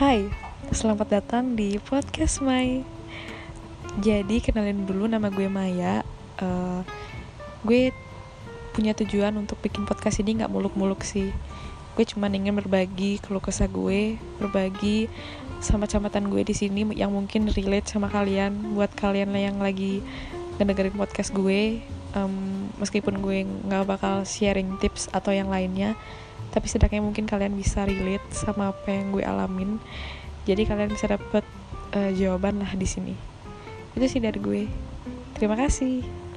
Hai, selamat datang di podcast Mai. Jadi kenalin dulu, nama gue Maya. Gue punya tujuan untuk bikin podcast ini gak muluk-muluk sih. Gue cuma ingin berbagi keluh kesah gue, berbagi sama camatan gue di sini yang mungkin relate sama kalian. Buat kalian yang lagi ngedengerin podcast gue, meskipun gue gak bakal sharing tips atau yang lainnya, tapi setidaknya mungkin kalian bisa relate sama apa yang gue alamin. Jadi kalian bisa dapet jawaban lah di sini. Itu sih dari gue. Terima kasih.